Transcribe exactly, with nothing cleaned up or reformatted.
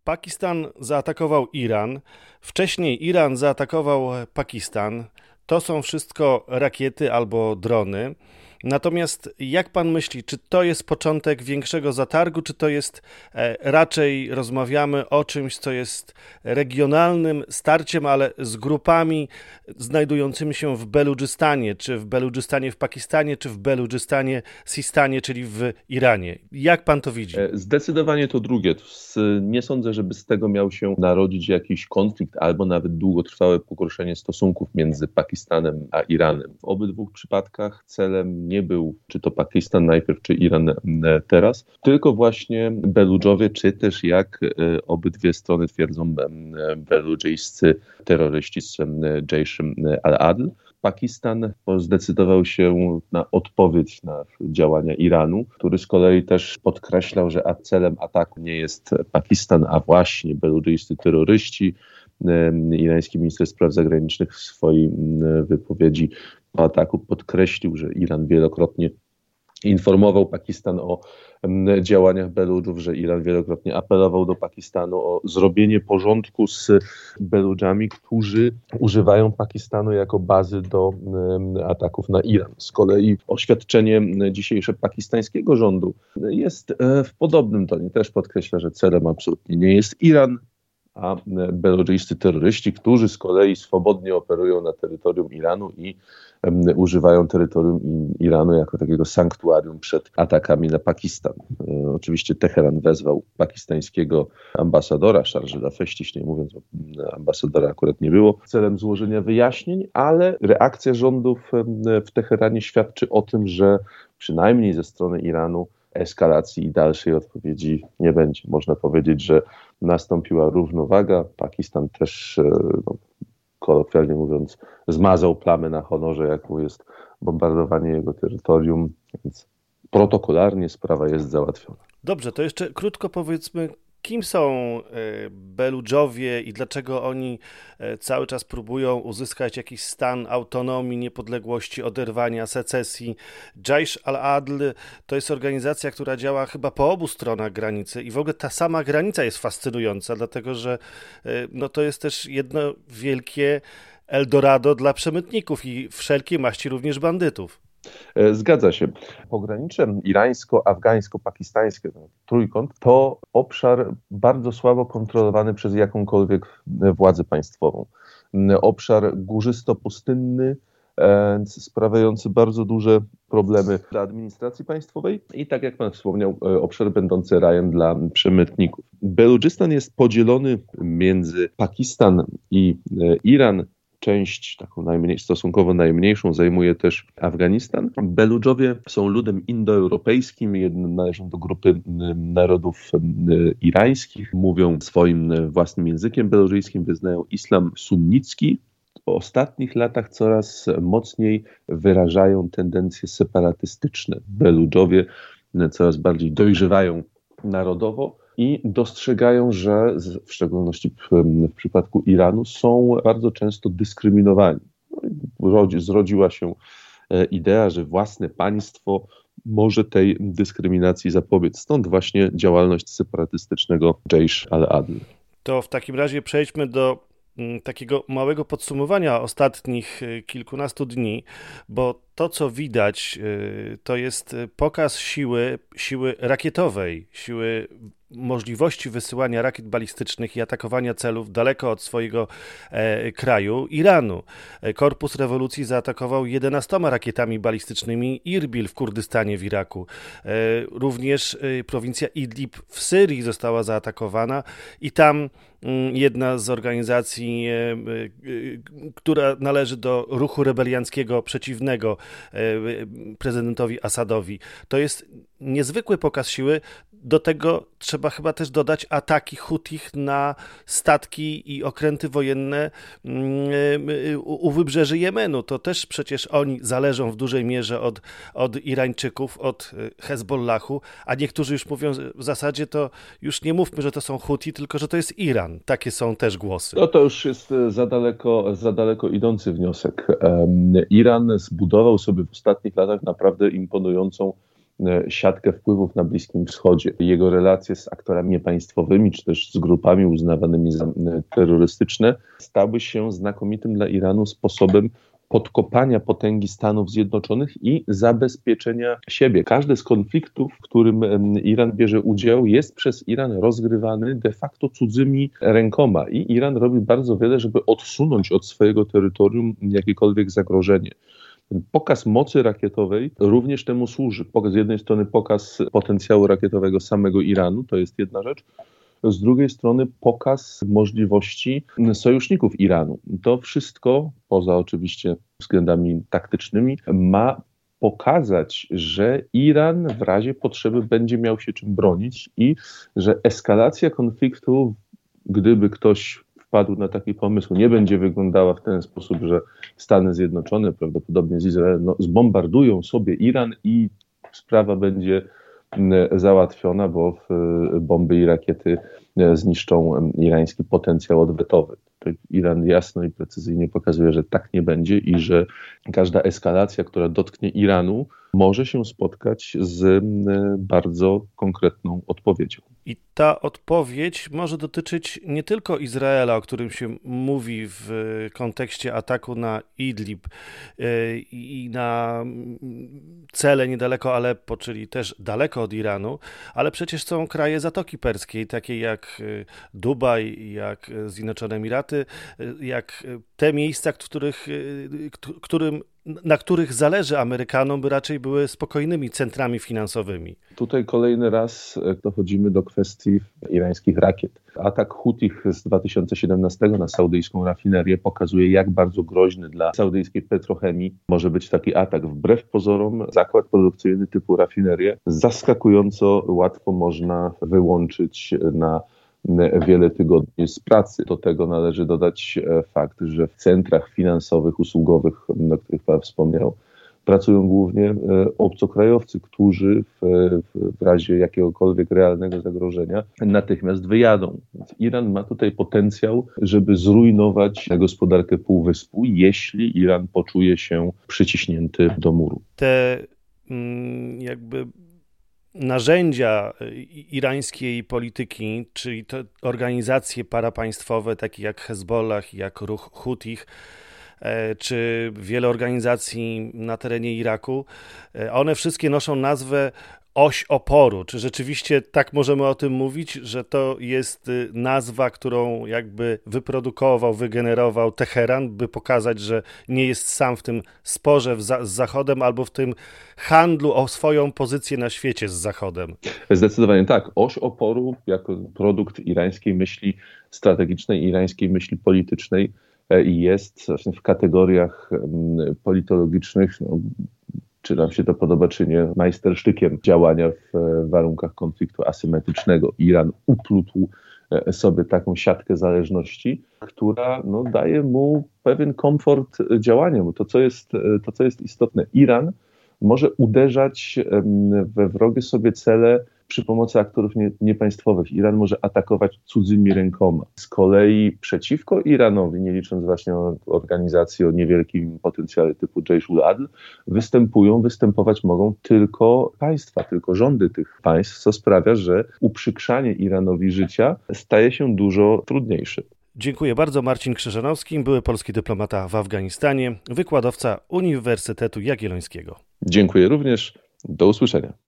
Pakistan zaatakował Iran, wcześniej Iran zaatakował Pakistan. To są wszystko rakiety albo drony. Natomiast jak pan myśli, czy to jest początek większego zatargu, czy to jest e, raczej rozmawiamy o czymś, co jest regionalnym starciem, ale z grupami znajdującymi się w Beludżystanie, czy w Beludżystanie w Pakistanie, czy w Beludżystanie, Sistanie, czyli w Iranie. Jak pan to widzi? Zdecydowanie to drugie. Nie sądzę, żeby z tego miał się narodzić jakiś konflikt albo nawet długotrwałe pogorszenie stosunków między Pakistanem a Iranem. W obydwu przypadkach celem nie był czy to Pakistan najpierw, czy Iran teraz, tylko właśnie Beludżowie, czy też jak obydwie strony twierdzą beludżyjscy terroryści z Jaish al-Adl. Pakistan zdecydował się na odpowiedź na działania Iranu, który z kolei też podkreślał, że celem ataku nie jest Pakistan, a właśnie beludżyjscy terroryści. Irański minister spraw zagranicznych w swojej wypowiedzi po ataku podkreślił, że Iran wielokrotnie informował Pakistan o działaniach Beludżów, że Iran wielokrotnie apelował do Pakistanu o zrobienie porządku z Beludżami, którzy używają Pakistanu jako bazy do ataków na Iran. Z kolei oświadczenie dzisiejsze pakistańskiego rządu jest w podobnym tonie. Też podkreśla, że celem absolutnie nie jest Iran, a beludżyjscy terroryści, którzy z kolei swobodnie operują na terytorium Iranu i um, używają terytorium Iranu jako takiego sanktuarium przed atakami na Pakistan. E, oczywiście Teheran wezwał pakistańskiego ambasadora, Szarżyla, ściślej mówiąc, ambasadora akurat nie było, celem złożenia wyjaśnień, ale reakcja rządów w Teheranie świadczy o tym, że przynajmniej ze strony Iranu eskalacji i dalszej odpowiedzi nie będzie. Można powiedzieć, że nastąpiła równowaga. Pakistan też, no, kolokwialnie mówiąc, zmazał plamę na honorze, jaką jest bombardowanie jego terytorium, więc protokolarnie sprawa jest załatwiona. Dobrze, to jeszcze krótko powiedzmy, kim są Beludżowie i dlaczego oni cały czas próbują uzyskać jakiś stan autonomii, niepodległości, oderwania, secesji. Jaish al-Adl to jest organizacja, która działa chyba po obu stronach granicy i w ogóle ta sama granica jest fascynująca, dlatego że no, to jest też jedno wielkie Eldorado dla przemytników i wszelkiej maści również bandytów. Zgadza się. Pogranicze irańsko-afgańsko-pakistańskie, trójkąt, to obszar bardzo słabo kontrolowany przez jakąkolwiek władzę państwową. Obszar górzysto-pustynny, sprawiający bardzo duże problemy dla administracji państwowej i, tak jak pan wspomniał, obszar będący rajem dla przemytników. Beludżystan jest podzielony między Pakistan i Iran. Część taką najmniej, stosunkowo najmniejszą zajmuje też Afganistan. Beludżowie są ludem indoeuropejskim, jednym należą do grupy narodów irańskich, mówią swoim własnym językiem beludżyjskim, wyznają islam sunnicki. W ostatnich latach coraz mocniej wyrażają tendencje separatystyczne. Beludżowie coraz bardziej dojrzewają narodowo i dostrzegają, że w szczególności w, w przypadku Iranu są bardzo często dyskryminowani. No, zrodziła się idea, że własne państwo może tej dyskryminacji zapobiec. Stąd właśnie działalność separatystycznego Jaish al-Adl. To w takim razie przejdźmy do takiego małego podsumowania ostatnich kilkunastu dni, bo to, co widać, to jest pokaz siły, siły rakietowej, siły możliwości wysyłania rakiet balistycznych i atakowania celów daleko od swojego e, kraju, Iranu. Korpus Rewolucji zaatakował jedenastoma rakietami balistycznymi Irbil w Kurdystanie w Iraku. E, również e, prowincja Idlib w Syrii została zaatakowana i tam m, jedna z organizacji, e, e, która należy do ruchu rebelianckiego przeciwnego e, prezydentowi Asadowi. To jest niezwykły pokaz siły. Do tego trzeba chyba też dodać ataki Hutich na statki i okręty wojenne u wybrzeży Jemenu. To też przecież oni zależą w dużej mierze od, od Irańczyków, od Hezbollahu, a niektórzy już mówią w zasadzie to już nie mówmy, że to są Huti, tylko że to jest Iran. Takie są też głosy. No to już jest za daleko, za daleko idący wniosek. Iran zbudował sobie w ostatnich latach naprawdę imponującą siatkę wpływów na Bliskim Wschodzie. Jego relacje z aktorami niepaństwowymi, czy też z grupami uznawanymi za terrorystyczne, stały się znakomitym dla Iranu sposobem podkopania potęgi Stanów Zjednoczonych i zabezpieczenia siebie. Każdy z konfliktów, w którym Iran bierze udział, jest przez Iran rozgrywany de facto cudzymi rękoma i Iran robi bardzo wiele, żeby odsunąć od swojego terytorium jakiekolwiek zagrożenie. Ten pokaz mocy rakietowej również temu służy. Z jednej strony pokaz potencjału rakietowego samego Iranu, to jest jedna rzecz. Z drugiej strony pokaz możliwości sojuszników Iranu. To wszystko, poza oczywiście względami taktycznymi, ma pokazać, że Iran w razie potrzeby będzie miał się czym bronić i że eskalacja konfliktu, gdyby ktoś wpadł na taki pomysł, nie będzie wyglądała w ten sposób, że Stany Zjednoczone, prawdopodobnie z Izraelem, no, zbombardują sobie Iran i sprawa będzie załatwiona, bo bomby i rakiety zniszczą irański potencjał odwetowy. Iran jasno i precyzyjnie pokazuje, że tak nie będzie i że każda eskalacja, która dotknie Iranu, może się spotkać z bardzo konkretną odpowiedzią. I ta odpowiedź może dotyczyć nie tylko Izraela, o którym się mówi w kontekście ataku na Idlib i na cele niedaleko Aleppo, czyli też daleko od Iranu, ale przecież są kraje Zatoki Perskiej, takie jak Dubaj, jak Zjednoczone Emiraty, jak te miejsca, w których, którym na których zależy Amerykanom, by raczej były spokojnymi centrami finansowymi. Tutaj kolejny raz dochodzimy do kwestii irańskich rakiet. Atak Hutich z dwa tysiące siedemnastego na saudyjską rafinerię pokazuje, jak bardzo groźny dla saudyjskiej petrochemii może być taki atak. Wbrew pozorom zakład produkcyjny typu rafinerię zaskakująco łatwo można wyłączyć na wiele tygodni z pracy. Do tego należy dodać fakt, że w centrach finansowych, usługowych, o których Pan wspomniał, pracują głównie obcokrajowcy, którzy w, w razie jakiegokolwiek realnego zagrożenia natychmiast wyjadą. Więc Iran ma tutaj potencjał, żeby zrujnować gospodarkę Półwyspu, jeśli Iran poczuje się przyciśnięty do muru. Te mm, jakby narzędzia irańskiej polityki, czyli te organizacje parapaństwowe, takie jak Hezbollah, jak ruch Hutich, czy wiele organizacji na terenie Iraku, one wszystkie noszą nazwę Oś Oporu. Czy rzeczywiście tak możemy o tym mówić, że to jest nazwa, którą jakby wyprodukował, wygenerował Teheran, by pokazać, że nie jest sam w tym sporze z Zachodem albo w tym handlu o swoją pozycję na świecie z Zachodem? Zdecydowanie tak. Oś Oporu jako produkt irańskiej myśli strategicznej, irańskiej myśli politycznej jest właśnie w kategoriach politologicznych, no, czy nam się to podoba, czy nie, majstersztykiem działania w warunkach konfliktu asymetrycznego. Iran uplótł sobie taką siatkę zależności, która no, daje mu pewien komfort działania. Bo to, co jest, to, co jest istotne, Iran może uderzać we wrogie sobie cele przy pomocy aktorów nie, niepaństwowych. Iran może atakować cudzymi rękoma. Z kolei przeciwko Iranowi, nie licząc właśnie o organizacji o niewielkim potencjale typu Jaish ul-Adl, występują, występować mogą tylko państwa, tylko rządy tych państw, co sprawia, że uprzykrzanie Iranowi życia staje się dużo trudniejsze. Dziękuję bardzo. Marcin Krzyżanowski, były polski dyplomata w Afganistanie, wykładowca Uniwersytetu Jagiellońskiego. Dziękuję również. Do usłyszenia.